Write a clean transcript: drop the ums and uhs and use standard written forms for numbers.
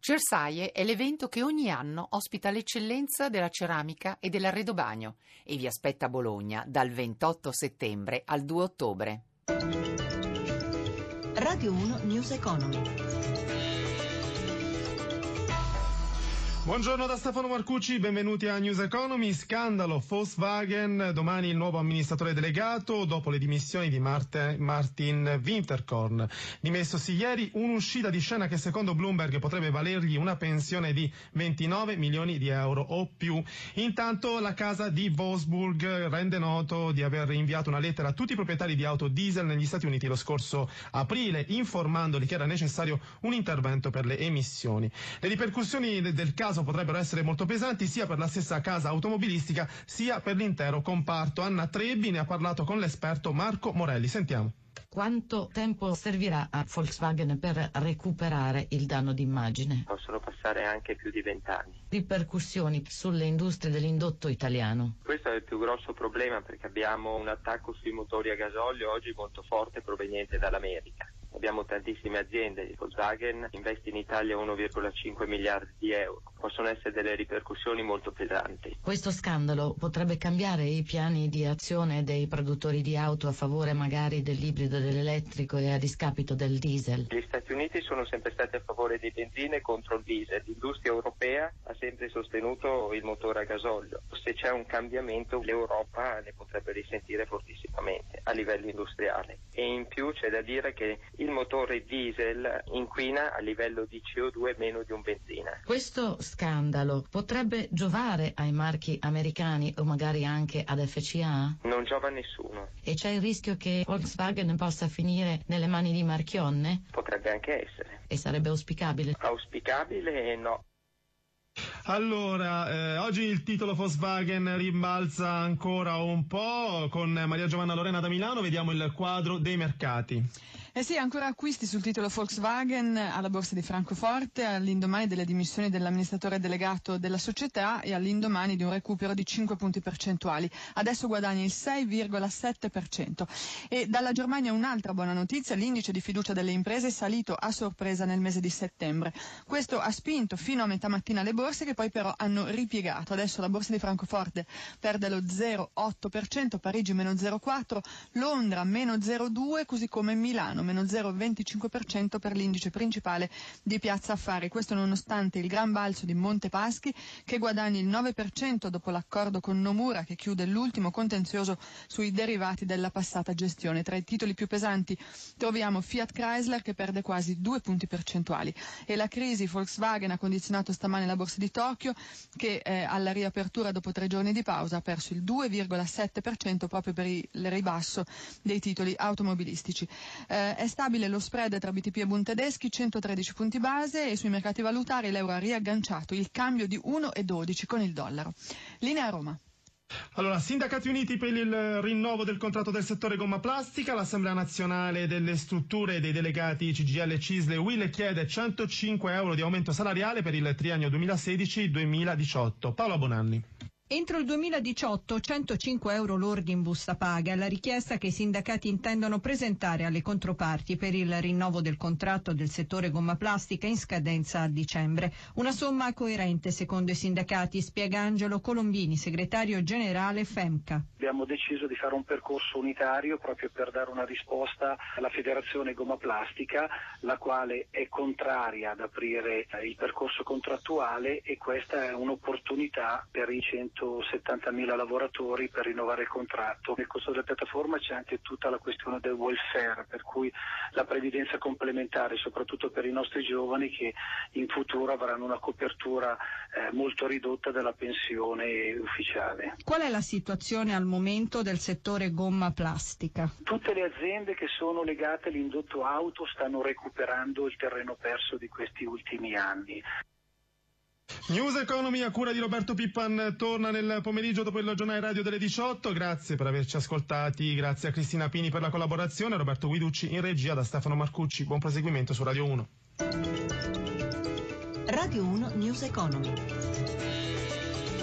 Cersaie è l'evento che ogni anno ospita l'eccellenza della ceramica e dell'arredobagno e vi aspetta a Bologna dal 28 settembre al 2 ottobre. Radio 1 News Economy. Buongiorno da Stefano Marcucci, benvenuti a News Economy. Scandalo Volkswagen, domani il nuovo amministratore delegato dopo le dimissioni di Martin Winterkorn. Dimessosi ieri, un'uscita di scena che secondo Bloomberg potrebbe valergli una pensione di 29 milioni di euro o più. Intanto la casa di Wolfsburg rende noto di aver inviato una lettera a tutti i proprietari di auto diesel negli Stati Uniti lo scorso aprile, informandoli che era necessario un intervento per le emissioni. Le ripercussioni del caso potrebbero essere molto pesanti sia per la stessa casa automobilistica sia per l'intero comparto. Anna Trebbi ne ha parlato con l'esperto Marco Morelli. Sentiamo. Quanto tempo servirà a Volkswagen per recuperare il danno d'immagine? Possono passare anche più di 20 anni. Ripercussioni sulle industrie dell'indotto italiano? Questo è il più grosso problema perché abbiamo un attacco sui motori a gasolio oggi molto forte proveniente dall'America. Abbiamo tantissime aziende, Volkswagen investe in Italia 1,5 miliardi di euro. Possono essere delle ripercussioni molto pesanti. Questo scandalo potrebbe cambiare i piani di azione dei produttori di auto a favore magari dell'ibrido, dell'elettrico e a discapito del diesel? Gli Stati Uniti sono sempre stati a favore di benzine contro il diesel. L'industria europea ha sempre sostenuto il motore a gasolio. Se c'è un cambiamento l'Europa ne potrebbe risentire fortissimamente a livello industriale. E in più c'è da dire che il motore diesel inquina a livello di CO2 meno di un benzina. Questo scandalo potrebbe giovare ai marchi americani o magari anche ad FCA? Non giova a nessuno. E c'è il rischio che Volkswagen possa finire nelle mani di Marchionne? Potrebbe anche essere. E sarebbe auspicabile? Auspicabile no. Allora, oggi il titolo Volkswagen rimbalza ancora un po'. Con Maria Giovanna Lorena da Milano vediamo il quadro dei mercati. Eh sì, ancora acquisti sul titolo Volkswagen alla borsa di Francoforte all'indomani delle dimissioni dell'amministratore delegato della società e all'indomani di un recupero di 5 punti percentuali. Adesso guadagna il 6,7%. E dalla Germania un'altra buona notizia: l'indice di fiducia delle imprese è salito a sorpresa nel mese di settembre. Questo ha spinto fino a metà mattina le borse, che poi però hanno ripiegato. Adesso la borsa di Francoforte perde lo 0,8%, Parigi meno 0,4%, Londra meno 0,2%, così come Milano meno 0,25% per l'indice principale di Piazza Affari. Questo nonostante il gran balzo di Montepaschi, che guadagna il 9% dopo l'accordo con Nomura, che chiude l'ultimo contenzioso sui derivati della passata gestione. Tra i titoli più pesanti troviamo Fiat Chrysler, che perde quasi 2 punti percentuali. E la crisi Volkswagen ha condizionato stamane la borsa di Tokyo, che alla riapertura dopo 3 giorni di pausa ha perso il 2,7% proprio per il ribasso dei titoli automobilistici. È stabile lo spread tra BTP e Bund tedeschi, 113 punti base, e sui mercati valutari l'euro ha riagganciato il cambio di 1,12 con il dollaro. Linea Roma. Allora, sindacati uniti per il rinnovo del contratto del settore gomma plastica. L'Assemblea Nazionale delle Strutture e dei delegati CGIL, CISL e UIL chiede 105 euro di aumento salariale per il triennio 2016-2018. Paola Bonanni. Entro il 2018 105 euro lordi in busta paga è la richiesta che i sindacati intendono presentare alle controparti per il rinnovo del contratto del settore gomma plastica in scadenza a dicembre. Una somma coerente secondo i sindacati, spiega Angelo Colombini, segretario generale FEMCA. Abbiamo deciso di fare un percorso unitario proprio per dare una risposta alla Federazione Gomma Plastica, la quale è contraria ad aprire il percorso contrattuale, e questa è un'opportunità per i 170.000 lavoratori per rinnovare il contratto. Nel corso della piattaforma c'è anche tutta la questione del welfare, per cui la previdenza complementare, soprattutto per i nostri giovani che in futuro avranno una copertura molto ridotta della pensione ufficiale. Qual è la situazione al momento del settore gomma plastica? Tutte le aziende che sono legate all'indotto auto stanno recuperando il terreno perso di questi ultimi anni. News Economy a cura di Roberto Pippan torna nel pomeriggio dopo il giornale radio delle 18. Grazie per averci ascoltati, grazie a Cristina Pini per la collaborazione, Roberto Guiducci in regia, da Stefano Marcucci. Buon proseguimento su Radio 1. Radio 1 News Economy.